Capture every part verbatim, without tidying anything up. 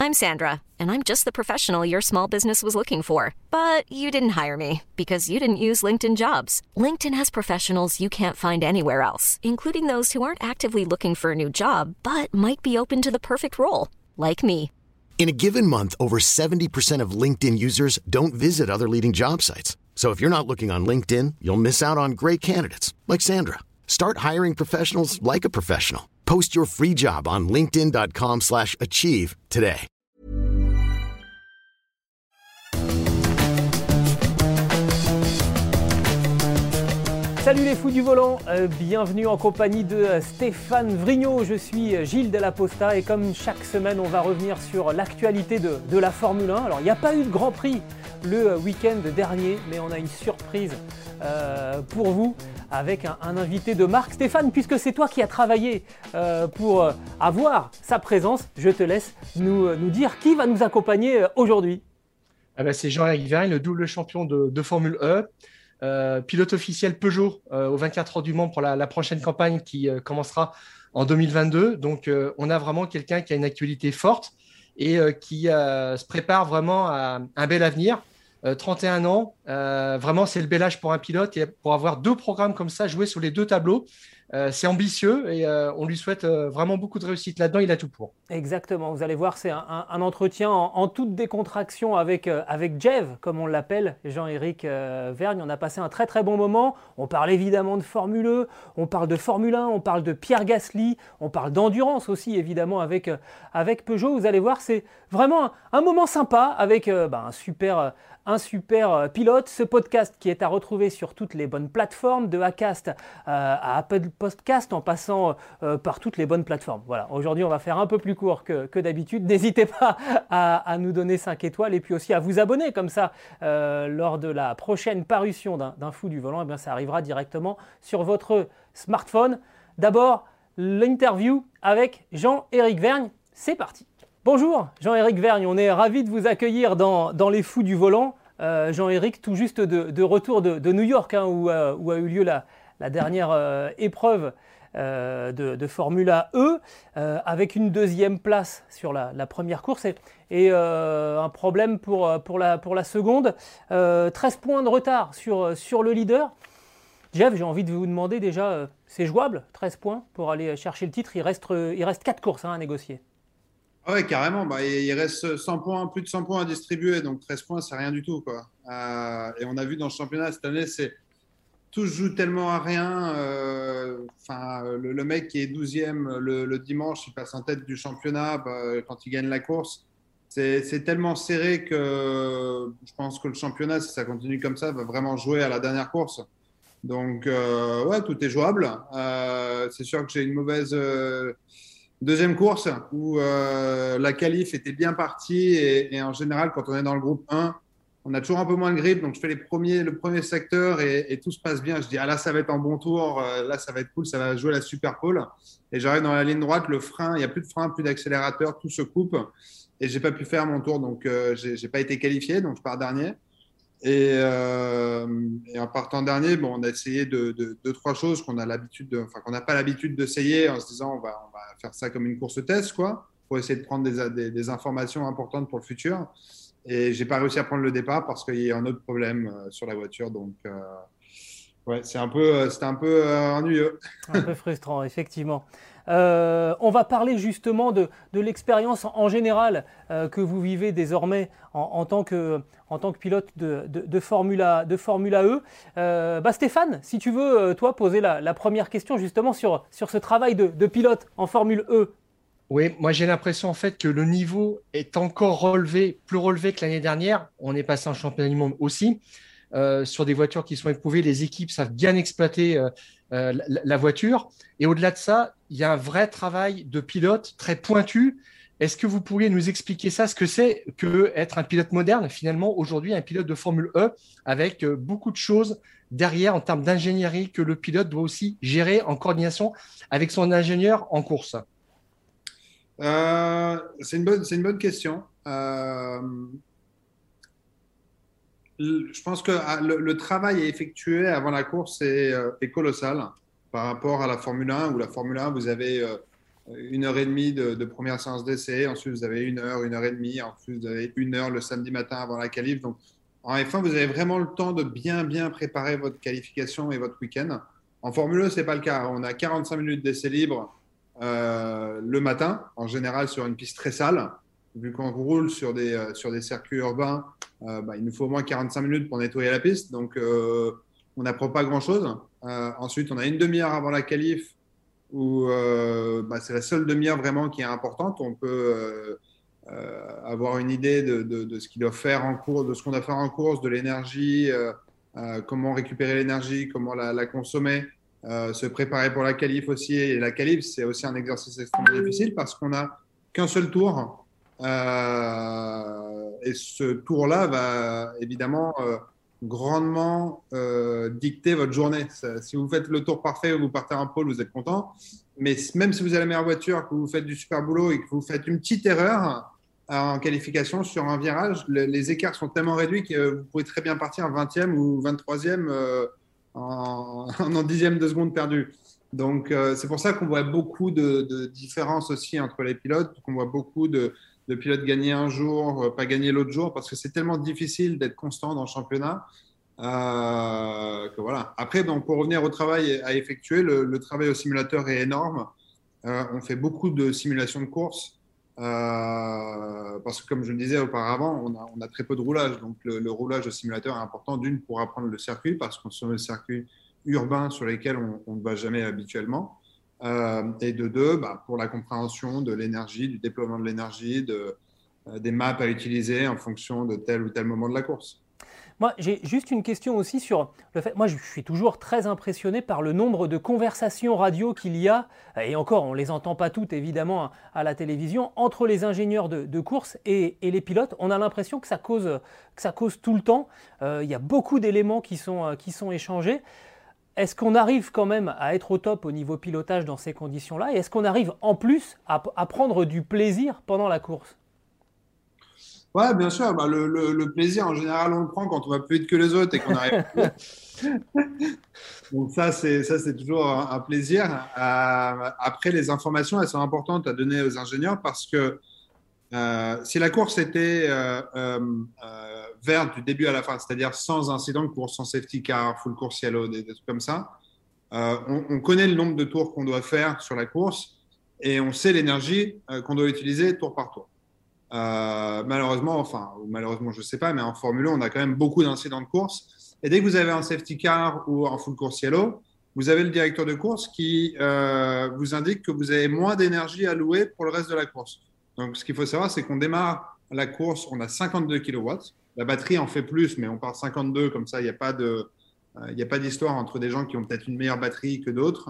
I'm Sandra, and I'm just the professional your small business was looking for. But you didn't hire me because you didn't use LinkedIn Jobs. LinkedIn has professionals you can't find anywhere else, including those who aren't actively looking for a new job, but might be open to the perfect role, like me. In a given month, over seventy percent of LinkedIn users don't visit other leading job sites. So if you're not looking on LinkedIn, you'll miss out on great candidates like Sandra. Start hiring professionals like a professional. Post your free job on linkedin.com slash achieve today. Salut les fous du volant, euh, bienvenue en compagnie de euh, Stéphane Vrignot. Je suis euh, Gilles Della Posta et comme chaque semaine, on va revenir sur l'actualité de, de la Formule un. Alors, il n'y a pas eu de Grand Prix le euh, week-end dernier, mais on a une surprise euh, pour vous avec un, un invité de marque. Stéphane, puisque c'est toi qui as travaillé euh, pour euh, avoir sa présence, je te laisse nous, nous dire qui va nous accompagner euh, aujourd'hui. Ah ben c'est Jean-Éric Vergne, le double champion de, de Formule E. Euh, pilote officiel Peugeot euh, aux vingt-quatre heures du Mans pour la, la prochaine campagne qui euh, commencera en deux mille vingt-deux. Donc, euh, on a vraiment quelqu'un qui a une actualité forte et euh, qui euh, se prépare vraiment à un bel avenir. Euh, trente et un ans, euh, vraiment, c'est le bel âge pour un pilote et pour avoir deux programmes comme ça, jouer sur les deux tableaux. Euh, c'est ambitieux et euh, on lui souhaite euh, vraiment beaucoup de réussite là-dedans, il a tout pour. Exactement, vous allez voir, c'est un, un, un entretien en, en toute décontraction avec, euh, avec Jev, comme on l'appelle, Jean-Éric euh, Vergne. On a passé un très très bon moment, on parle évidemment de Formule E, on parle de Formule un, on parle de Pierre Gasly, on parle d'endurance aussi évidemment avec, euh, avec Peugeot. Vous allez voir, c'est vraiment un, un moment sympa avec euh, bah, un super... Euh, Un super pilote, ce podcast qui est à retrouver sur toutes les bonnes plateformes, de Acast euh, à Apple Podcast en passant euh, par toutes les bonnes plateformes. Voilà, aujourd'hui on va faire un peu plus court que, que d'habitude. N'hésitez pas à, à nous donner cinq étoiles et puis aussi à vous abonner comme ça euh, lors de la prochaine parution d'un, d'un fou du volant. Et bien ça arrivera directement sur votre smartphone. D'abord, l'interview avec Jean-Éric Vergne. C'est parti. Bonjour Jean-Éric Vergne, on est ravi de vous accueillir dans, dans les fous du volant. Euh, Jean-Éric, tout juste de, de retour de, de New York, hein, où, euh, où a eu lieu la, la dernière euh, épreuve euh, de, de Formula E, euh, avec une deuxième place sur la, la première course et, et euh, un problème pour, pour, la, pour la seconde. Euh, treize points de retard sur, sur le leader. Jeff, j'ai envie de vous demander déjà, euh, c'est jouable, treize points pour aller chercher le titre. Il reste, il reste quatre courses hein, à négocier. Ah ouais, carrément. Bah, il reste cent points, plus de cent points à distribuer. Donc, treize points, c'est rien du tout, quoi. Euh, et on a vu dans le championnat cette année, c'est, tout se joue tellement à rien. Euh, le, le mec qui est douzième le, le dimanche, il passe en tête du championnat bah, quand il gagne la course. C'est, c'est tellement serré que je pense que le championnat, si ça continue comme ça, va vraiment jouer à la dernière course. Donc, euh, ouais, tout est jouable. Euh, c'est sûr que j'ai une mauvaise... Euh, Deuxième course où euh, la qualif était bien partie et, et en général, quand on est dans le groupe un, on a toujours un peu moins de grip. Donc, je fais les premiers, le premier secteur et, et tout se passe bien. Je dis, ah là, ça va être un bon tour. Euh, là, ça va être cool. Ça va jouer la super pole. Et j'arrive dans la ligne droite. Le frein, il n'y a plus de frein, plus d'accélérateur. Tout se coupe. Et je n'ai pas pu faire mon tour. Donc, euh, je n'ai pas été qualifié. Donc, je pars dernier. Et, euh, et en partant dernier, bon, on a essayé de, de, de trois choses qu'on a l'habitude de, enfin, qu'on n'a pas l'habitude d'essayer en se disant on va, on va faire ça comme une course test, quoi, pour essayer de prendre des, des, des informations importantes pour le futur. Et j'ai pas réussi à prendre le départ parce qu'il y a un autre problème euh, sur la voiture. Donc, euh, ouais, c'est un peu, c'était un peu euh, ennuyeux. Un peu frustrant, effectivement. Euh, on va parler justement de, de l'expérience en général euh, que vous vivez désormais en, en, tant, que, en tant que pilote de, de, de, Formula, de Formula E. Euh, bah Stéphane, si tu veux, toi, poser la, la première question justement sur, sur ce travail de, de pilote en Formule E. Oui, moi j'ai l'impression en fait que le niveau est encore relevé, plus relevé que l'année dernière. On est passé en championnat du monde aussi. Euh, sur des voitures qui sont éprouvées, les équipes savent bien exploiter euh, euh, la, la voiture. Et au-delà de ça, il y a un vrai travail de pilote très pointu. Est-ce que vous pourriez nous expliquer ça, ce que c'est qu'être un pilote moderne, finalement, aujourd'hui, un pilote de Formule E, avec euh, beaucoup de choses derrière en termes d'ingénierie que le pilote doit aussi gérer en coordination avec son ingénieur en course? euh, c'est, une bonne, c'est une bonne question. Euh... Je pense que le, le travail effectué avant la course est, est colossal par rapport à la Formule un, où la Formule un, vous avez une heure et demie de, de première séance d'essai. Ensuite, vous avez une heure, une heure et demie. Ensuite, vous avez une heure le samedi matin avant la qualif. Donc, en F un, vous avez vraiment le temps de bien, bien préparer votre qualification et votre week-end. En Formule E, ce n'est pas le cas. On a quarante-cinq minutes d'essai libre euh, le matin, en général sur une piste très sale. Vu qu'on roule sur des, euh, sur des circuits urbains, euh, bah, il nous faut au moins quarante-cinq minutes pour nettoyer la piste. Donc, euh, on n'apprend pas grand-chose. Euh, ensuite, on a une demi-heure avant la qualif où euh, bah, c'est la seule demi-heure vraiment qui est importante. On peut euh, euh, avoir une idée de, de, de ce qu'il doit faire en cours, de ce qu'on doit faire en course, de l'énergie, euh, euh, comment récupérer l'énergie, comment la, la consommer, euh, se préparer pour la qualif aussi. Et la qualif, c'est aussi un exercice extrêmement difficile parce qu'on n'a qu'un seul tour. Euh, et ce tour-là va évidemment euh, grandement euh, dicter votre journée. Ça, si vous faites le tour parfait, vous partez en pôle, vous êtes content. Mais même si vous avez la meilleure voiture, que vous faites du super boulot et que vous faites une petite erreur en qualification sur un virage, le, les écarts sont tellement réduits que vous pouvez très bien partir vingtième ou vingt-troisième euh, en, en dixième de seconde perdu. Donc, euh, c'est pour ça qu'on voit beaucoup de, de différences aussi entre les pilotes, qu'on voit beaucoup de, de pilotes gagner un jour, euh, pas gagner l'autre jour, parce que c'est tellement difficile d'être constant dans le championnat. Euh, que voilà. Après, donc, pour revenir au travail à effectuer, le, le travail au simulateur est énorme. Euh, on fait beaucoup de simulations de course euh, parce que, comme je le disais auparavant, on a, on a très peu de roulage. Donc, le, le roulage au simulateur est important, d'une, pour apprendre le circuit, parce qu'on sont le circuit urbains sur lesquels on, on ne va jamais habituellement. Euh, et de deux, bah, pour la compréhension de l'énergie, du déploiement de l'énergie, de, euh, des maps à utiliser en fonction de tel ou tel moment de la course. Moi, j'ai juste une question aussi sur le fait. Moi, je suis toujours très impressionné par le nombre de conversations radio qu'il y a, et encore, on ne les entend pas toutes évidemment à la télévision, entre les ingénieurs de, de course et, et les pilotes. On a l'impression que ça cause, que ça cause tout le temps. Euh, il y a beaucoup d'éléments qui sont, qui sont échangés. Est-ce qu'on arrive quand même à être au top au niveau pilotage dans ces conditions-là? Et est-ce qu'on arrive en plus à, à prendre du plaisir pendant la course? Ouais, bien sûr. Bah, le, le, le plaisir, en général, on le prend quand on va plus vite que les autres et qu'on arrive plus vite. Donc ça, c'est, ça, c'est toujours un, un plaisir. Euh, après, les informations, elles sont importantes à donner aux ingénieurs parce que euh, si la course était euh, euh, euh, verte du début à la fin, c'est-à-dire sans incident de course, sans safety car, full course yellow, des, des trucs comme ça, euh, on, on connaît le nombre de tours qu'on doit faire sur la course et on sait l'énergie euh, qu'on doit utiliser tour par tour. Euh, malheureusement, enfin, ou malheureusement, je ne sais pas, mais en Formule un, on a quand même beaucoup d'incidents de course. Et dès que vous avez un safety car ou un full course yellow, vous avez le directeur de course qui euh, vous indique que vous avez moins d'énergie à louer pour le reste de la course. Donc, ce qu'il faut savoir, c'est qu'on démarre la course, on a cinquante-deux kilowatts. La batterie en fait plus, mais on part cinquante-deux, comme ça, il n'y a pas de, il n'y a pas d'histoire entre des gens qui ont peut-être une meilleure batterie que d'autres.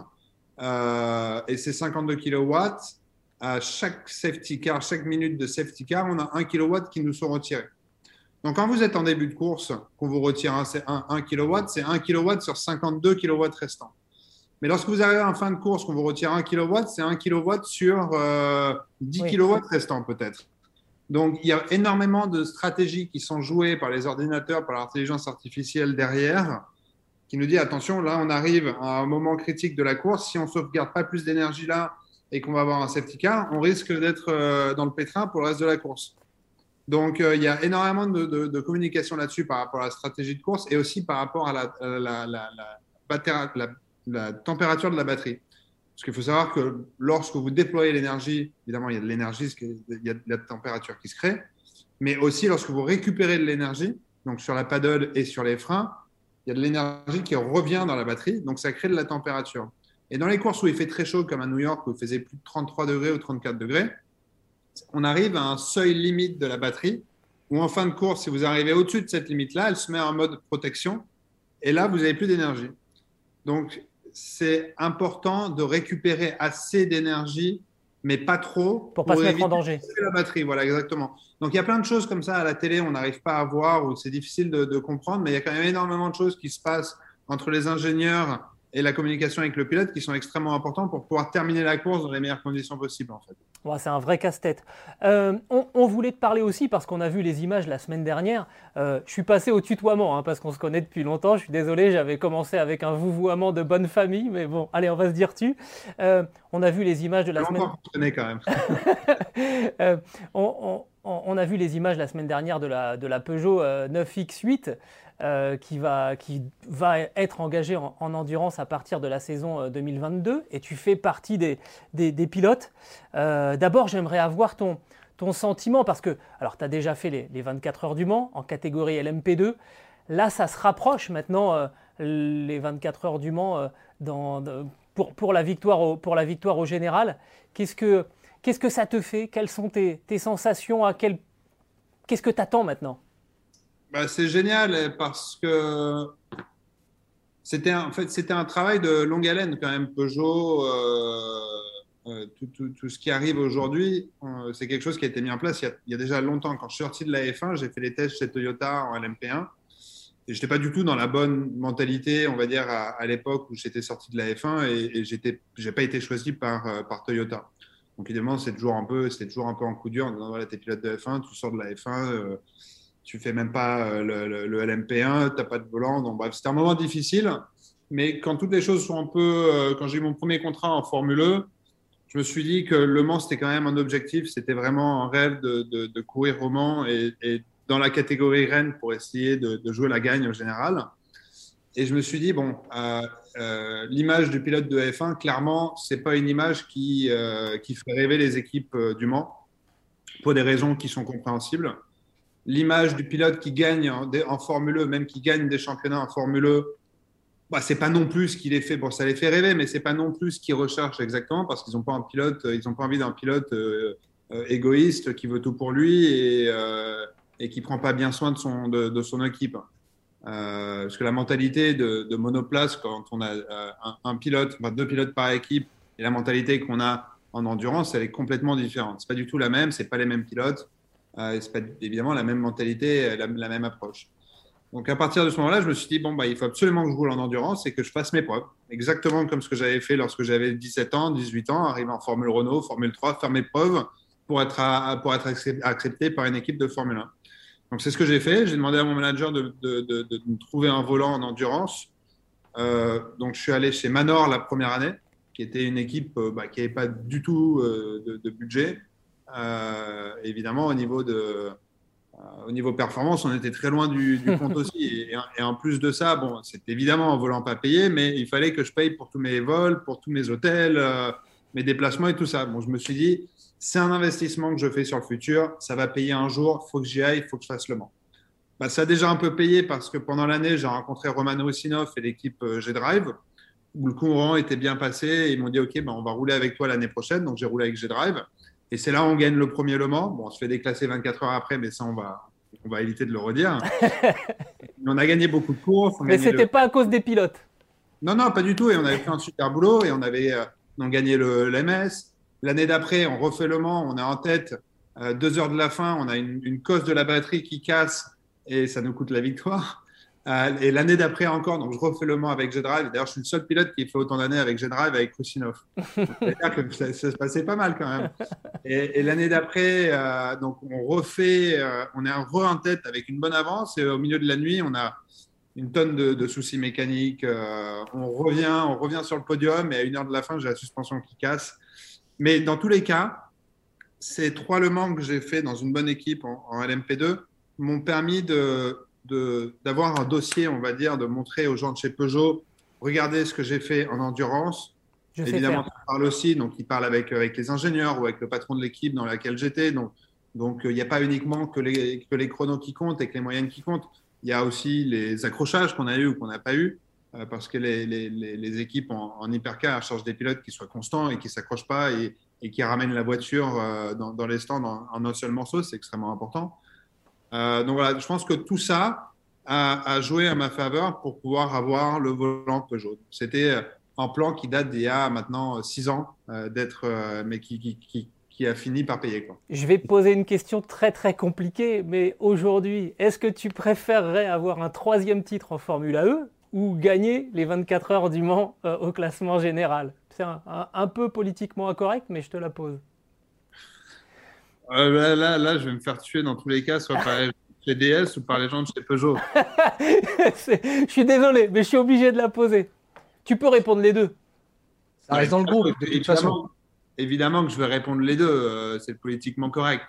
Euh, et ces cinquante-deux kilowatts, à chaque safety car, chaque minute de safety car, on a un kilowatt qui nous sont retirés. Donc, quand vous êtes en début de course, qu'on vous retire un, un, un kilowatt, c'est un kilowatt sur cinquante-deux kilowatts restants. Mais lorsque vous arrivez en fin de course, qu'on vous retire un kilowatt, c'est un kilowatt sur euh, dix oui. kilowatts restants peut-être. Donc, il y a énormément de stratégies qui sont jouées par les ordinateurs, par l'intelligence artificielle derrière, qui nous dit attention, là, on arrive à un moment critique de la course. Si on ne sauvegarde pas plus d'énergie là et qu'on va avoir un safety car, on risque d'être euh, dans le pétrin pour le reste de la course. Donc, euh, il y a énormément de, de, de communication là-dessus par rapport à la stratégie de course et aussi par rapport à la, la, la, la, la, la, la température de la batterie. Parce qu'il faut savoir que lorsque vous déployez l'énergie, évidemment, il y a de l'énergie, il y a de la température qui se crée, mais aussi lorsque vous récupérez de l'énergie, donc sur la paddle et sur les freins, il y a de l'énergie qui revient dans la batterie, donc ça crée de la température. Et dans les courses où il fait très chaud, comme à New York, où il faisait plus de trente-trois degrés ou trente-quatre degrés, on arrive à un seuil limite de la batterie, où en fin de course, si vous arrivez au-dessus de cette limite-là, elle se met en mode protection, et là, vous n'avez plus d'énergie. Donc, c'est important de récupérer assez d'énergie, mais pas trop, pour ne pas se mettre en danger. La batterie, voilà, exactement. Donc, il y a plein de choses comme ça à la télé, on n'arrive pas à voir, ou c'est difficile de, de comprendre, mais il y a quand même énormément de choses qui se passent entre les ingénieurs et la communication avec le pilote qui sont extrêmement importants pour pouvoir terminer la course dans les meilleures conditions possibles, en fait. Ouais, c'est un vrai casse-tête. Euh, on, on voulait te parler aussi parce qu'on a vu les images la semaine dernière. Euh, je suis passé au tutoiement hein, parce qu'on se connaît depuis longtemps. Je suis désolé, j'avais commencé avec un vouvoiement de bonne famille, mais bon, allez, on va se dire tu. Euh, on a vu les images de la C'est semaine. longtemps qu'on se connaît quand même. euh, on, on, on a vu les images la semaine dernière de la, de la Peugeot euh, neuf X huit. Euh, qui, va, qui va être engagé en, en endurance à partir de la saison euh, deux mille vingt-deux et tu fais partie des, des, des pilotes. Euh, d'abord, j'aimerais avoir ton, ton sentiment parce que, alors tu as déjà fait les, les vingt-quatre heures du Mans en catégorie L M P deux. Là, ça se rapproche maintenant, euh, les vingt-quatre heures du Mans euh, dans, de, pour, pour, la victoire au, pour la victoire au général. Qu'est-ce que, qu'est-ce que ça te fait? Quelles sont tes, tes sensations à quel... Qu'est-ce que tu attends maintenant? Bah, c'est génial parce que c'était un, en fait, c'était un travail de longue haleine quand même. Peugeot, euh, euh, tout, tout, tout ce qui arrive aujourd'hui, euh, c'est quelque chose qui a été mis en place il y a, il y a déjà longtemps. Quand je suis sorti de la F un, j'ai fait les tests chez Toyota en L M P un et je n'étais pas du tout dans la bonne mentalité, on va dire, à, à l'époque où j'étais sorti de la F un et, et j'étais, j'ai pas été choisi par, par Toyota. Donc évidemment, c'est toujours un peu, c'était toujours un peu en coup dur en disant voilà, t'es pilote de F un, tu sors de la F un. Euh, tu fais même pas le, le, le L M P un, tu n'as pas de volant. Donc, bref, c'était un moment difficile. Mais quand toutes les choses sont un peu. Euh, quand j'ai eu mon premier contrat en Formule E, je me suis dit que Le Mans, c'était quand même un objectif. C'était vraiment un rêve de, de, de courir au Mans et, et dans la catégorie Rennes pour essayer de, de jouer la gagne au général. Et je me suis dit, bon, euh, euh, l'image du pilote de F un, clairement, ce n'est pas une image qui, euh, qui ferait rêver les équipes euh, du Mans pour des raisons qui sont compréhensibles. L'image du pilote qui gagne en, en Formule E, même qui gagne des championnats en Formule E, bah, c'est pas non plus ce qu'il est fait. Bon, ça les fait rêver, mais c'est pas non plus ce qu'ils recherchent exactement parce qu'ils n'ont pas un pilote, ils n'ont pas envie d'un pilote euh, euh, égoïste qui veut tout pour lui et, euh, et qui prend pas bien soin de son, de, de son équipe. Euh, parce que la mentalité de, de monoplace, quand on a euh, un, un pilote, enfin deux pilotes par équipe, et la mentalité qu'on a en endurance, elle est complètement différente. C'est pas du tout la même, c'est pas les mêmes pilotes. Euh, c'est pas évidemment la même mentalité, la, la même approche. Donc à partir de ce moment-là, je me suis dit bon bah il faut absolument que je roule en endurance et que je fasse mes preuves, exactement comme ce que j'avais fait lorsque j'avais dix-sept ans, dix-huit ans, arriver en Formule Renault, Formule trois, faire mes preuves pour être à, pour être accepté par une équipe de Formule un. Donc c'est ce que j'ai fait. J'ai demandé à mon manager de, de, de, de me trouver un volant en endurance. Euh, donc je suis allé chez Manor la première année, qui était une équipe euh, bah, qui n'avait pas du tout euh, de, de budget. Euh, évidemment, au niveau, de, euh, au niveau performance, on était très loin du, du compte aussi. Et, et en plus de ça, bon, c'était évidemment un volant pas payé, mais il fallait que je paye pour tous mes vols, pour tous mes hôtels, euh, mes déplacements et tout ça. Bon, je me suis dit, c'est un investissement que je fais sur le futur, ça va payer un jour, il faut que j'y aille, il faut que je fasse le Mans. Bah, ça a déjà un peu payé parce que pendant l'année, j'ai rencontré Roman Rusinov et l'équipe euh, G-Drive, où le courant était bien passé. Et ils m'ont dit, OK, bah, on va rouler avec toi l'année prochaine. Donc, j'ai roulé avec G-Drive. Et c'est là où on gagne le premier Le Mans. Bon, on se fait déclasser vingt-quatre heures après, mais ça, on va, on va éviter de le redire. Mais on a gagné beaucoup de courses. Mais ce n'était le... pas à cause des pilotes. Non, non, pas du tout. Et on avait fait un super boulot et on avait euh, on gagné le, l'M S. L'année d'après, on refait Le Mans. On est en tête. Euh, deux heures de la fin, on a une, une cosse de la batterie qui casse et ça nous coûte la victoire. Euh, et l'année d'après encore, donc je refais Le Mans avec G-Drive. D'ailleurs, je suis le seul pilote qui fait autant d'années avec G-Drive avec Rusinov. C'est-à-dire que ça, ça se passait pas mal quand même. Et, et l'année d'après, euh, donc on refait, euh, on est re en tête avec une bonne avance. Et au milieu de la nuit, on a une tonne de, de soucis mécaniques. Euh, on revient, on revient sur le podium et à une heure de la fin, j'ai la suspension qui casse. Mais dans tous les cas, ces trois Le Mans que j'ai fait dans une bonne équipe en, en L M P deux m'ont permis de De, d'avoir un dossier, on va dire, de montrer aux gens de chez Peugeot, regardez ce que j'ai fait en endurance. Je Évidemment, il parle aussi, donc il parle avec, avec les ingénieurs ou avec le patron de l'équipe dans laquelle j'étais. Donc, donc il n'y a pas uniquement que les, que les chronos qui comptent et que les moyennes qui comptent. Il y a aussi les accrochages qu'on a eu ou qu'on n'a pas eu, euh, parce que les, les, les, les équipes en, en hypercar cherchent des pilotes qui soient constants et qui ne s'accrochent pas et, et qui ramènent la voiture euh, dans, dans les stands en, en un seul morceau. C'est extrêmement important. Euh, donc voilà, je pense que tout ça a, a joué à ma faveur pour pouvoir avoir le volant Peugeot. C'était un plan qui date d'il y a maintenant six ans, euh, d'être, euh, mais qui, qui, qui, qui a fini par payer, quoi. Je vais poser une question très très compliquée, mais aujourd'hui, est-ce que tu préférerais avoir un troisième titre en Formule E ou gagner les vingt-quatre heures du Mans euh, au classement général? C'est un, un, un peu politiquement incorrect, mais je te la pose. Euh, là, là, là, je vais me faire tuer dans tous les cas, soit par les gens de chez D S ou par les gens de chez Peugeot. Je suis désolé, mais je suis obligé de la poser. Tu peux répondre les deux. Ça reste dans le groupe, de toute façon. Évidemment, évidemment que je vais répondre les deux, euh, c'est politiquement correct.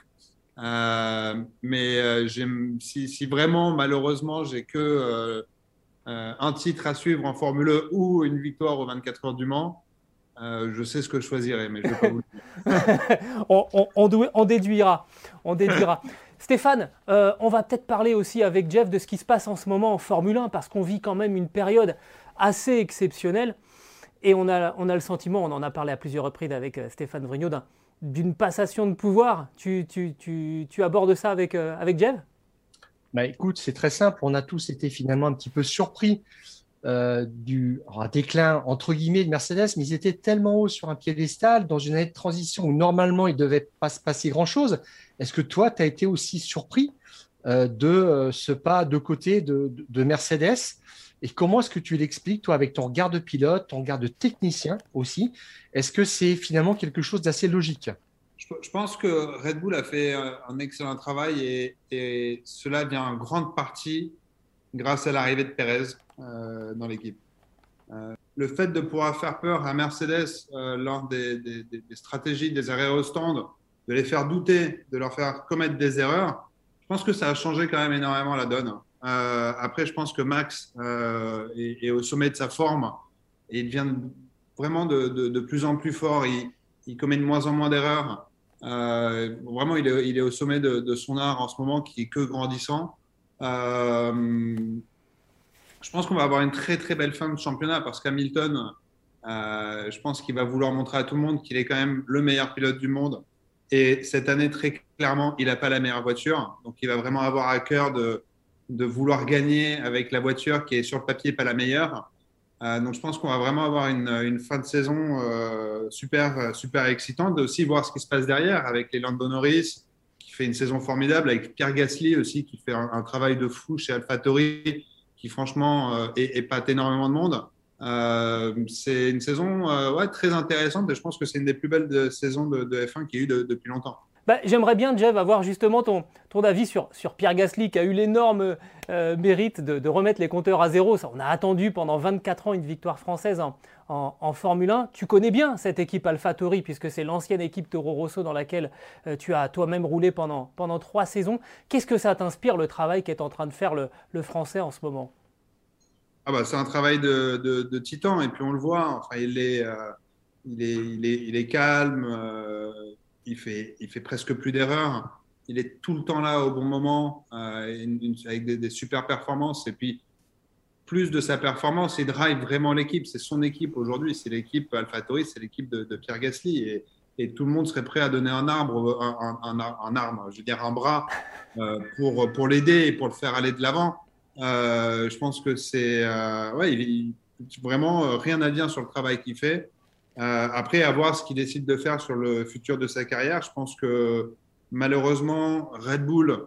Euh, mais euh, j'aime- si, si vraiment, malheureusement, j'ai que euh, euh, un titre à suivre en Formule un ou une victoire aux vingt-quatre heures du Mans, euh, je sais ce que je choisirais, mais je ne vais pas vous le dire. on, on- on dou- on déduira. On déduira. Stéphane, euh, on va peut-être parler aussi avec Jeff de ce qui se passe en ce moment en Formule un, parce qu'on vit quand même une période assez exceptionnelle. Et on a, on a le sentiment, on en a parlé à plusieurs reprises avec euh, Stéphane Vrignot, d'un- d'une passation de pouvoir. Tu, tu, tu, tu abordes ça avec, euh, avec Jeff? Bah, écoute, c'est très simple. On a tous été finalement un petit peu surpris euh, du alors, un déclin, entre guillemets, de Mercedes, mais ils étaient tellement hauts sur un piédestal dans une année de transition où normalement il ne devait pas se passer grand-chose. Est-ce que toi, tu as été aussi surpris euh, de euh, ce pas de côté de, de, de Mercedes? Et comment est-ce que tu l'expliques, toi, avec ton regard de pilote, ton regard de technicien aussi? Est-ce que c'est finalement quelque chose d'assez logique? Je, je pense que Red Bull a fait euh, un excellent travail et, et cela vient en grande partie grâce à l'arrivée de Pérez euh, dans l'équipe. Euh, le fait de pouvoir faire peur à Mercedes euh, lors des, des, des, des stratégies, des arrêts au stand, de les faire douter, de leur faire commettre des erreurs, je pense que ça a changé quand même énormément la donne. Euh, après, je pense que Max euh, est, est au sommet de sa forme et il devient vraiment de, de, de plus en plus fort. Il, il commet de moins en moins d'erreurs. Euh, vraiment, il est, il est au sommet de, de son art en ce moment qui est que grandissant. Euh, je pense qu'on va avoir une très très belle fin de championnat parce qu'Hamilton, euh, je pense qu'il va vouloir montrer à tout le monde qu'il est quand même le meilleur pilote du monde. Et cette année, très clairement, il n'a pas la meilleure voiture. Donc, il va vraiment avoir à cœur de, de vouloir gagner avec la voiture qui est sur le papier pas la meilleure. Euh, donc, je pense qu'on va vraiment avoir une, une fin de saison euh, super, super excitante. De aussi voir ce qui se passe derrière avec les Lando Norris, qui fait une saison formidable, avec Pierre Gasly aussi, qui fait un, un travail de fou chez AlphaTauri, qui franchement euh, épate énormément de monde. Euh, c'est une saison euh, ouais, très intéressante et je pense que c'est une des plus belles de, saisons de, de F un qu'il y a eu de, depuis longtemps. Bah, j'aimerais bien, Jeff, avoir justement ton, ton avis sur, sur Pierre Gasly, qui a eu l'énorme euh, mérite de, de remettre les compteurs à zéro. Ça, on a attendu pendant vingt-quatre ans une victoire française en, en, en Formule un. Tu connais bien cette équipe AlphaTauri, puisque c'est l'ancienne équipe Toro Rosso dans laquelle euh, tu as toi-même roulé pendant, pendant trois saisons. Qu'est-ce que ça t'inspire, le travail qu'est en train de faire le, le Français en ce moment? Ah bah, c'est un travail de, de, de titan et puis on le voit, enfin, il, est, euh, il, est, il, est, il est calme, euh, il, fait, il fait presque plus d'erreurs, il est tout le temps là au bon moment euh, une, une, avec des, des super performances et puis plus de sa performance, il drive vraiment l'équipe, c'est son équipe aujourd'hui, c'est l'équipe AlphaTauri, c'est l'équipe de, de Pierre Gasly et, et tout le monde serait prêt à donner un arbre, un, un, un, un arme, je veux dire un bras euh, pour, pour l'aider et pour le faire aller de l'avant. Euh, je pense que c'est euh, ouais, il, il, vraiment euh, rien à dire sur le travail qu'il fait. Euh, après, à voir ce qu'il décide de faire sur le futur de sa carrière. Je pense que malheureusement, Red Bull,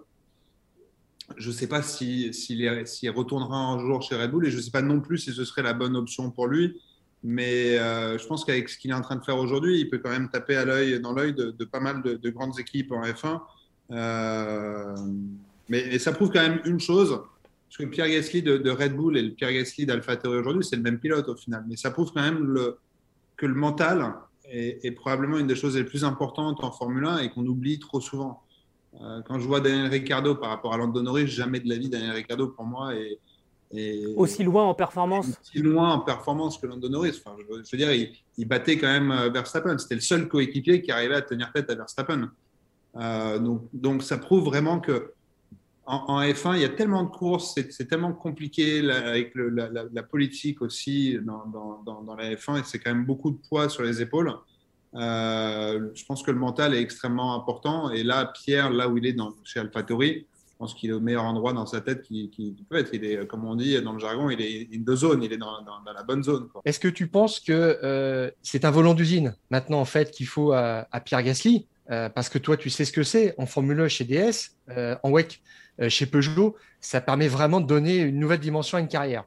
je ne sais pas s'il si, si, si retournera un jour chez Red Bull et je ne sais pas non plus si ce serait la bonne option pour lui. Mais euh, je pense qu'avec ce qu'il est en train de faire aujourd'hui, il peut quand même taper à l'œil, dans l'œil de, de pas mal de, de grandes équipes en F un. Euh, mais et ça prouve quand même une chose. Parce que Pierre Gasly de, de Red Bull et le Pierre Gasly d'AlphaTauri aujourd'hui, c'est le même pilote au final. Mais ça prouve quand même le, que le mental est, est probablement une des choses les plus importantes en Formule un et qu'on oublie trop souvent. Euh, quand je vois Daniel Ricciardo par rapport à Lando Norris, jamais de la vie Daniel Ricciardo pour moi est, est aussi loin en performance. Aussi loin en performance que Lando Norris. Enfin, je, je veux dire, il, il battait quand même Verstappen. C'était le seul coéquipier qui arrivait à tenir tête à Verstappen. Euh, donc, donc ça prouve vraiment que En, en F un, il y a tellement de courses, c'est, c'est tellement compliqué là, avec le, la, la, la politique aussi dans, dans, dans, dans la F un et c'est quand même beaucoup de poids sur les épaules. Euh, je pense que le mental est extrêmement important et là, Pierre, là où il est dans, chez AlphaTauri, je pense qu'il est au meilleur endroit dans sa tête qu'il, qu'il peut être. Il est, comme on dit dans le jargon, il est in the zone, il est dans, dans, dans la bonne zone, quoi. Est-ce que tu penses que euh, c'est un volant d'usine maintenant en fait qu'il faut à, à Pierre Gasly euh, parce que toi, tu sais ce que c'est en Formule un chez D S, euh, en W E C euh, chez Peugeot, ça permet vraiment de donner une nouvelle dimension à une carrière.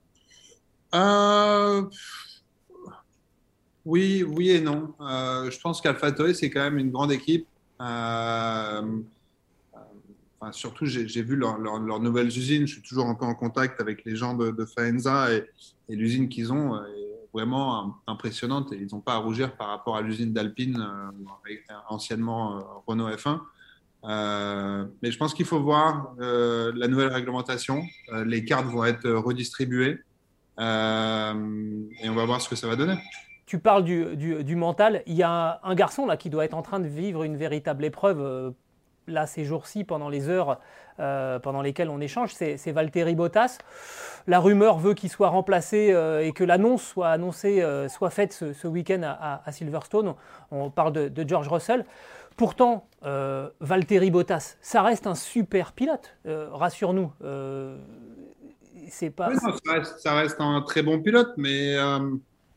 Euh, oui, oui et non. Euh, je pense qu'AlphaTauri, c'est quand même une grande équipe. Euh, enfin, surtout, j'ai, j'ai vu leur, leur, leurs nouvelles usines. Je suis toujours encore en contact avec les gens de, de Faenza et, et l'usine qu'ils ont est vraiment impressionnante. Et ils n'ont pas à rougir par rapport à l'usine d'Alpine, euh, anciennement euh, Renault F un. Euh, mais je pense qu'il faut voir euh, la nouvelle réglementation. Euh, les cartes vont être redistribuées euh, et on va voir ce que ça va donner. Tu parles du, du, du mental. Il y a un garçon là qui doit être en train de vivre une véritable épreuve euh, là ces jours-ci pendant les heures euh, pendant lesquelles on échange. C'est, c'est Valtteri Bottas. La rumeur veut qu'il soit remplacé euh, et que l'annonce soit annoncée, euh, soit faite ce, ce week-end à, à, à Silverstone. On parle de, de George Russell. Pourtant, euh, Valtteri Bottas, ça reste un super pilote, euh, rassure-nous. Euh, c'est pas... Oui, non, ça, reste, ça reste un très bon pilote, mais euh,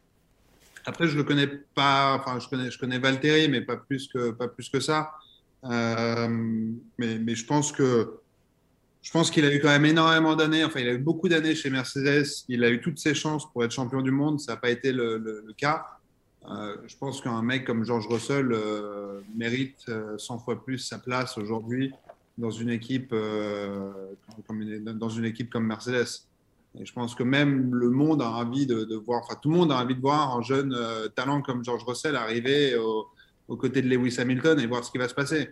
après, je le connais pas. Enfin, je connais, je connais Valtteri, mais pas plus que, pas plus que ça. Euh, mais, mais je pense que je pense qu'il a eu quand même énormément d'années. Enfin, il a eu beaucoup d'années chez Mercedes. Il a eu toutes ses chances pour être champion du monde. Ça n'a pas été le, le, le cas. Euh, je pense qu'un mec comme George Russell euh, mérite euh, cent fois plus sa place aujourd'hui dans une équipe euh, comme une, dans une équipe comme Mercedes. Et je pense que même le monde a envie de, de voir, enfin tout le monde a envie de voir un jeune euh, talent comme George Russell arriver au, aux côtés de Lewis Hamilton et voir ce qui va se passer.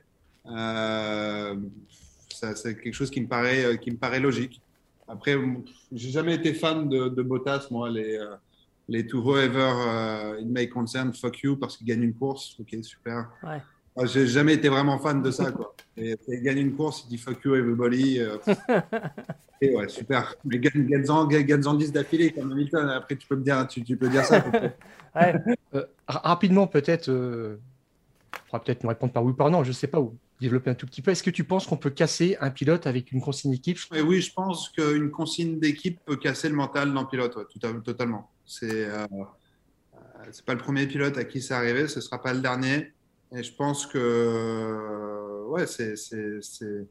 Euh, ça, c'est quelque chose qui me paraît, qui me paraît logique. Après, j'ai jamais été fan de, de Bottas, moi, les euh, les to whoever uh, it may concern, fuck you, parce qu'il gagne une course. Ok, super. Ouais. Enfin, j'ai jamais été vraiment fan de ça, quoi. Et, et il gagne une course, il dit fuck you everybody. Euh, et ouais, super. Mais gagne, gagne-en, gagne-en dix d'affilée comme Hamilton. Après, tu peux me dire, tu, tu peux dire ça. Ouais. Euh, rapidement, peut-être, euh, on pourra peut-être nous répondre par oui ou par non, je ne sais pas où. Développer un tout petit peu. Est-ce que tu penses qu'on peut casser un pilote avec une consigne d'équipe? Et oui, je pense qu'une consigne d'équipe peut casser le mental d'un pilote, ouais, tout à, totalement. C'est euh, c'est pas le premier pilote à qui c'est arrivé, ce sera pas le dernier. Et je pense que euh, ouais, c'est, c'est, c'est...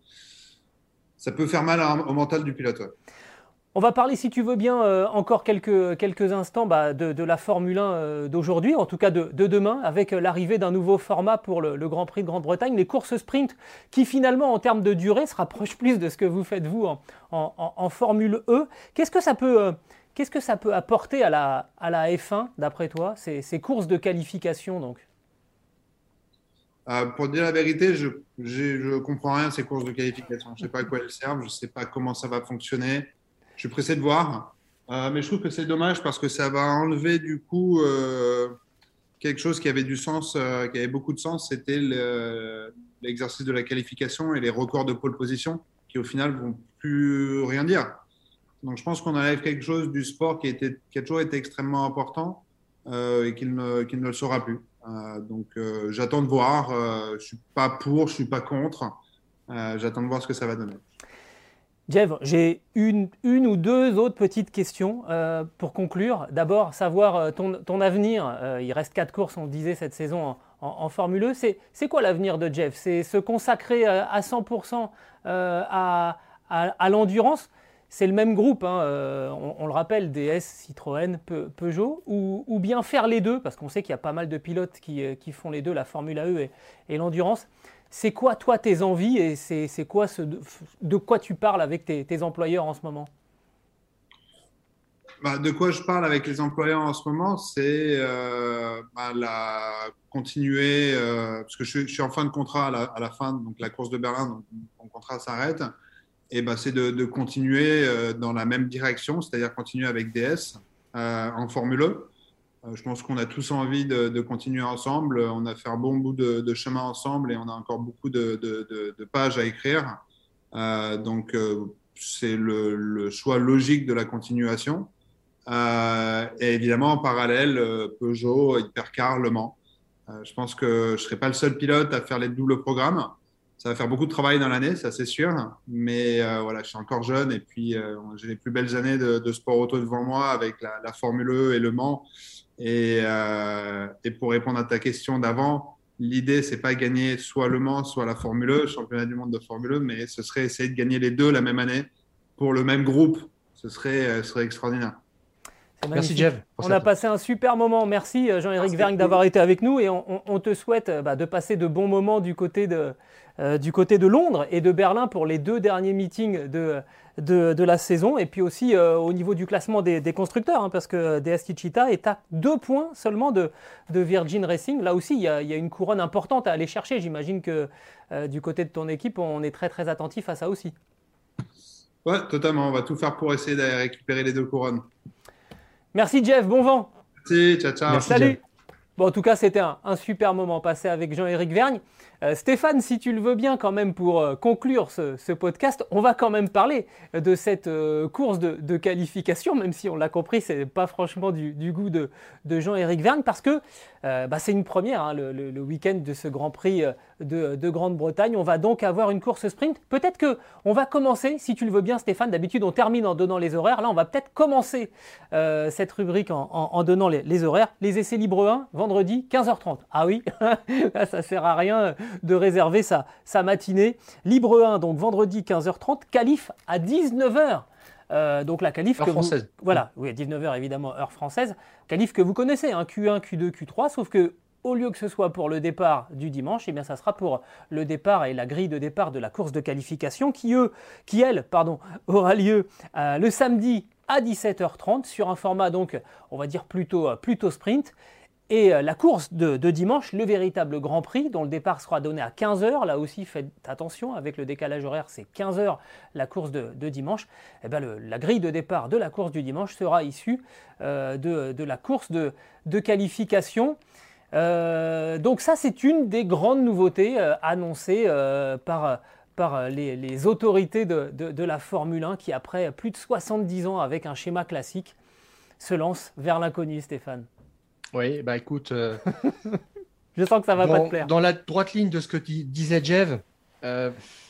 ça peut faire mal à, au mental du pilote. Ouais. On va parler, si tu veux bien, euh, encore quelques, quelques instants bah, de, de la Formule un euh, d'aujourd'hui, en tout cas de, de demain, avec l'arrivée d'un nouveau format pour le, le Grand Prix de Grande-Bretagne, les courses sprint, qui finalement, en termes de durée, se rapprochent plus de ce que vous faites, vous, en, en, en Formule E. Qu'est-ce que ça peut, euh, qu'est-ce que ça peut apporter à la, à la F un, d'après toi, ces, ces courses de qualification donc? Euh, pour dire la vérité, je ne comprends rien à ces courses de qualification. Je ne sais pas à quoi elles servent, je ne sais pas comment ça va fonctionner. Je suis pressé de voir, euh, mais je trouve que c'est dommage parce que ça va enlever du coup euh, quelque chose qui avait du sens, euh, qui avait beaucoup de sens, c'était le, l'exercice de la qualification et les records de pole position qui au final vont plus rien dire. Donc je pense qu'on enlève quelque chose du sport qui, était, qui a toujours été extrêmement important euh, et qu'il ne, qu'il ne le sera plus. Euh, donc euh, j'attends de voir, euh, je ne suis pas pour, je ne suis pas contre, euh, j'attends de voir ce que ça va donner. Jeff, j'ai une, une ou deux autres petites questions euh, pour conclure. D'abord, savoir euh, ton, ton avenir. Euh, il reste quatre courses, on le disait, cette saison en, en, en Formule E. C'est, c'est quoi l'avenir de Jeff? C'est se consacrer euh, à cent pour cent euh, à, à, à l'endurance? C'est le même groupe, hein, euh, on, on le rappelle, D S, Citroën, Pe, Peugeot, ou, ou bien faire les deux, parce qu'on sait qu'il y a pas mal de pilotes qui, qui font les deux, la Formule E et, et l'endurance. C'est quoi, toi, tes envies et c'est, c'est quoi ce, de, de quoi tu parles avec tes, tes employeurs en ce moment? Bah, de quoi je parle avec les employeurs en ce moment, c'est euh, bah, la, continuer, euh, parce que je, je suis en fin de contrat à la, à la fin, donc la course de Berlin, donc mon contrat s'arrête, et bah, c'est de, de continuer euh, dans la même direction, c'est-à-dire continuer avec D S euh, en Formule E. Je pense qu'on a tous envie de, de continuer ensemble. On a fait un bon bout de, de chemin ensemble et on a encore beaucoup de, de, de, de pages à écrire. Euh, donc, euh, c'est le, le choix logique de la continuation. Euh, et évidemment, en parallèle, Peugeot, Hypercar, Le Mans. Euh, je pense que je ne serai pas le seul pilote à faire les doubles programmes. Ça va faire beaucoup de travail dans l'année, ça c'est sûr. Mais euh, voilà, je suis encore jeune et puis euh, j'ai les plus belles années de, de sport auto devant moi avec la, la Formule E et Le Mans. Et, euh, et pour répondre à ta question d'avant, l'idée, c'est pas gagner soit Le Mans, soit la Formule E, championnat du monde de Formule E, mais ce serait essayer de gagner les deux la même année pour le même groupe. Ce serait, ce serait extraordinaire. Merci Jeff. On a passé un super moment. Merci Jean-Éric Vergne d'avoir été avec nous et on, on, on te souhaite bah, de passer de bons moments du côté de, euh, du côté de Londres et de Berlin pour les deux derniers meetings de, de, de la saison et puis aussi euh, au niveau du classement des, des constructeurs hein, parce que D S Techeetah est à deux points seulement de, de Virgin Racing. Là aussi, il y, a, il y a une couronne importante à aller chercher. J'imagine que euh, du côté de ton équipe, on est très très attentif à ça aussi. Ouais, totalement. On va tout faire pour essayer d'aller récupérer les deux couronnes. Merci Jeff, bon vent. Merci, ciao, ciao. Merci, salut. Jeff. Bon, en tout cas, c'était un, un super moment passé avec Jean-Éric Vergne. Euh, Stéphane, si tu le veux bien quand même pour euh, conclure ce, ce podcast, on va quand même parler de cette euh, course de, de qualification, même si on l'a compris, ce n'est pas franchement du, du goût de, de Jean-Éric Vergne, parce que euh, bah, c'est une première, hein, le, le, le week-end de ce Grand Prix de, de Grande-Bretagne. On va donc avoir une course sprint. Peut-être qu'on va commencer, si tu le veux bien Stéphane, d'habitude on termine en donnant les horaires. Là, on va peut-être commencer euh, cette rubrique en, en, en donnant les, les horaires. Les essais libres un, vendredi, quinze heures trente. Ah oui, ça ne sert à rien de réserver sa, sa matinée. Libre un, donc vendredi quinze heures trente, qualif à dix-neuf heures. Euh, donc la qualif heure que française. Vous, voilà, oui, dix-neuf heures évidemment, heure française. Qualif que vous connaissez, hein, Q un, Q deux, Q trois, sauf que au lieu que ce soit pour le départ du dimanche, eh bien ça sera pour le départ et la grille de départ de la course de qualification qui, eux, qui elle, pardon, aura lieu euh, le samedi à dix-sept heures trente sur un format donc, on va dire plutôt, plutôt sprint. Et euh, la course de, de dimanche, le véritable Grand Prix, dont le départ sera donné à quinze heures, là aussi faites attention, avec le décalage horaire, c'est quinze heures la course de, de dimanche, et bien le, la grille de départ de la course du dimanche sera issue euh, de, de la course de, de qualification. Euh, donc ça, c'est une des grandes nouveautés euh, annoncées euh, par, par les, les autorités de, de, de la Formule un qui, après plus de soixante-dix ans avec un schéma classique, se lance vers l'inconnu, Stéphane. Oui, bah écoute, euh, je sens que ça va dans, pas te plaire. Dans la droite ligne de ce que disait Jeff, euh,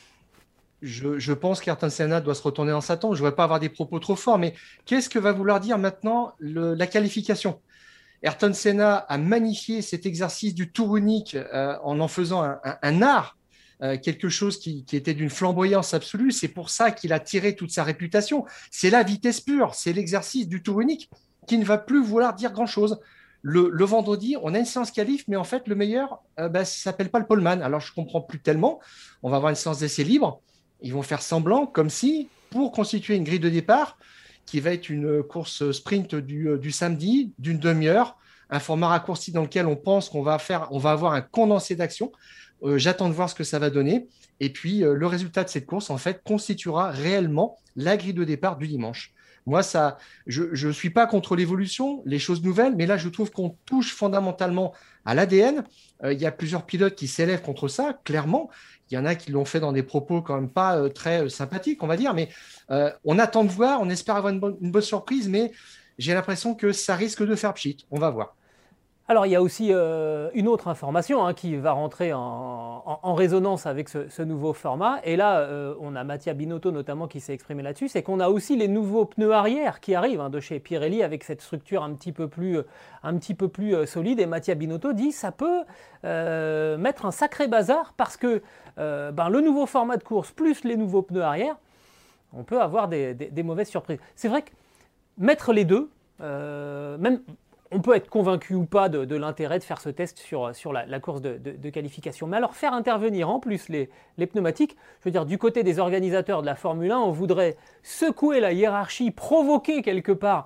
je, je pense qu'Ayrton Senna doit se retourner dans sa tombe. Je ne voudrais pas avoir des propos trop forts, mais qu'est-ce que va vouloir dire maintenant le, la qualification ? Ayrton Senna a magnifié cet exercice du tour unique euh, en en faisant un, un, un art, euh, quelque chose qui, qui était d'une flamboyance absolue. C'est pour ça qu'il a tiré toute sa réputation. C'est la vitesse pure, c'est l'exercice du tour unique qui ne va plus vouloir dire grand-chose. Le, le vendredi, on a une séance qualif, mais en fait, le meilleur, euh, bah, ça ne s'appelle pas le poleman. Alors, je ne comprends plus tellement. On va avoir une séance d'essai libre. Ils vont faire semblant, comme si, pour constituer une grille de départ, qui va être une course sprint du, du samedi, d'une demi-heure, un format raccourci dans lequel on pense qu'on va, faire, on va avoir un condensé d'action. Euh, j'attends de voir ce que ça va donner. Et puis, euh, le résultat de cette course, en fait, constituera réellement la grille de départ du dimanche. Moi, ça, je ne suis pas contre l'évolution, les choses nouvelles, mais là, je trouve qu'on touche fondamentalement à l'A D N. Euh, il y a plusieurs pilotes qui s'élèvent contre ça, clairement. Il y en a qui l'ont fait dans des propos quand même pas euh, très euh, sympathiques, on va dire. Mais euh, on attend de voir, on espère avoir une bonne, une bonne surprise, mais j'ai l'impression que ça risque de faire pchit. On va voir. Alors, il y a aussi euh, une autre information hein, qui va rentrer en, en, en résonance avec ce, ce nouveau format. Et là, euh, on a Mattia Binotto notamment qui s'est exprimé là-dessus. C'est qu'on a aussi les nouveaux pneus arrière qui arrivent hein, de chez Pirelli avec cette structure un petit peu plus, un petit peu plus euh, solide. Et Mattia Binotto dit que ça peut euh, mettre un sacré bazar parce que euh, ben, le nouveau format de course plus les nouveaux pneus arrière, on peut avoir des, des, des mauvaises surprises. C'est vrai que mettre les deux, euh, même... on peut être convaincu ou pas de, de l'intérêt de faire ce test sur, sur la, la course de, de, de qualification. Mais alors faire intervenir en plus les, les pneumatiques, je veux dire, du côté des organisateurs de la Formule un, on voudrait secouer la hiérarchie, provoquer quelque part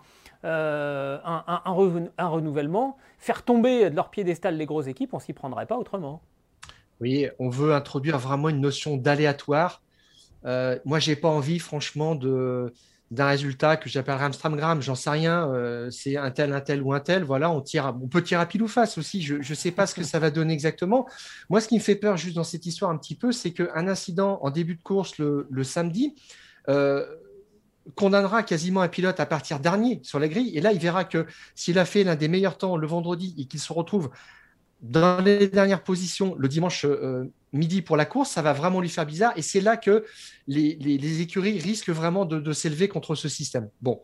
euh, un, un, un, reven, un renouvellement, faire tomber de leur piédestal les grosses équipes, on ne s'y prendrait pas autrement. Oui, on veut introduire vraiment une notion d'aléatoire. Euh, moi, je n'ai pas envie, franchement, de... d'un résultat que j'appellerais Amstramgram, j'en sais rien, euh, c'est un tel, un tel ou un tel, voilà, on, tire, on peut tirer à pile ou face aussi, je ne sais pas ce que ça va donner exactement. Moi, ce qui me fait peur juste dans cette histoire un petit peu, c'est qu'un incident en début de course le, le samedi euh, condamnera quasiment un pilote à partir dernier sur la grille, et là, il verra que s'il a fait l'un des meilleurs temps le vendredi et qu'il se retrouve dans les dernières positions le dimanche euh, midi pour la course, ça va vraiment lui faire bizarre. Et c'est là que les, les, les écuries risquent vraiment de, de s'élever contre ce système. Bon.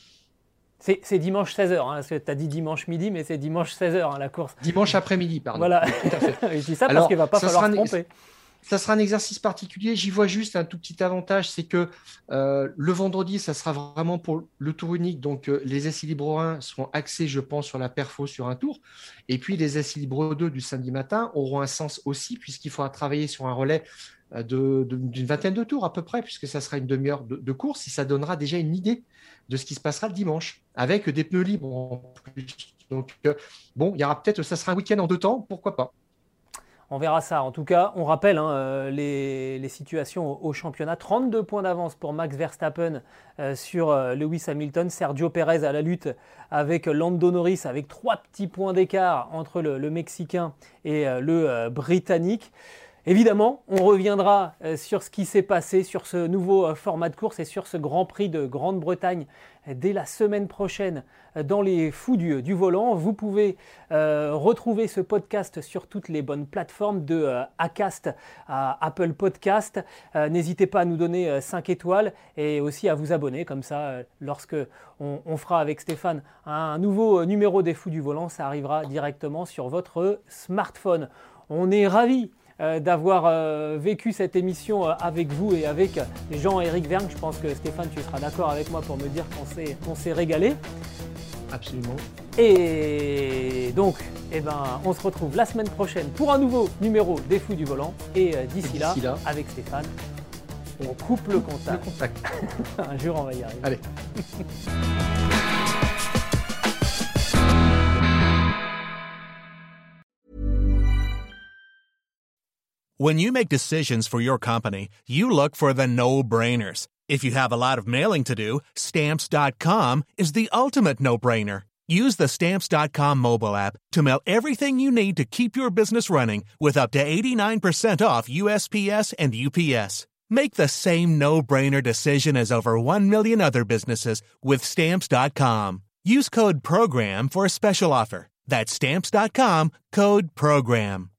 C'est, c'est dimanche seize heures. Hein. Tu as dit dimanche midi, mais c'est dimanche seize heures hein, la course. Dimanche après-midi, pardon. Voilà. Tout à fait. Je dis ça Alors, parce qu'il ne va pas ça falloir sera, se tromper. Ça sera un exercice particulier. J'y vois juste un tout petit avantage, c'est que euh, le vendredi, ça sera vraiment pour le tour unique. Donc, euh, les essais libres un seront axés, je pense, sur la perfo sur un tour. Et puis, les essais libres deux du samedi matin auront un sens aussi, puisqu'il faudra travailler sur un relais de, de, d'une vingtaine de tours à peu près, puisque ça sera une demi-heure de, de course. Et ça donnera déjà une idée de ce qui se passera le dimanche, avec des pneus libres en plus. Donc, euh, bon, il y aura peut-être, ça sera un week-end en deux temps, pourquoi pas. On verra ça. En tout cas, on rappelle hein, les, les situations au, au championnat. trente-deux points d'avance pour Max Verstappen euh, sur euh, Lewis Hamilton. Sergio Pérez à la lutte avec Lando Norris, avec trois petits points d'écart entre le, le Mexicain et euh, le euh, Britannique. Évidemment, on reviendra sur ce qui s'est passé, sur ce nouveau format de course et sur ce Grand Prix de Grande-Bretagne dès la semaine prochaine dans les fous du, du volant. Vous pouvez euh, retrouver ce podcast sur toutes les bonnes plateformes de euh, Acast à Apple Podcast. Euh, n'hésitez pas à nous donner euh, cinq étoiles et aussi à vous abonner. Comme ça, euh, lorsque on, on fera avec Stéphane un nouveau numéro des fous du volant, ça arrivera directement sur votre smartphone. On est ravis Euh, d'avoir euh, vécu cette émission euh, avec vous et avec Jean-Éric Vergne. Je pense que Stéphane, tu seras d'accord avec moi pour me dire qu'on s'est, qu'on s'est régalé. Absolument. Et donc, eh ben, on se retrouve la semaine prochaine pour un nouveau numéro des Fous du Volant. Et euh, d'ici, et d'ici là, là, avec Stéphane, on coupe le contact. Le contact. Un jour, on va y arriver. Allez. When you make decisions for your company, you look for the no-brainers. If you have a lot of mailing to do, Stamps dot com is the ultimate no-brainer. Use the Stamps dot com mobile app to mail everything you need to keep your business running with up to eighty-nine percent off U S P S and U P S. Make the same no-brainer decision as over one million other businesses with Stamps dot com. Use code PROGRAM for a special offer. That's Stamps dot com, code PROGRAM.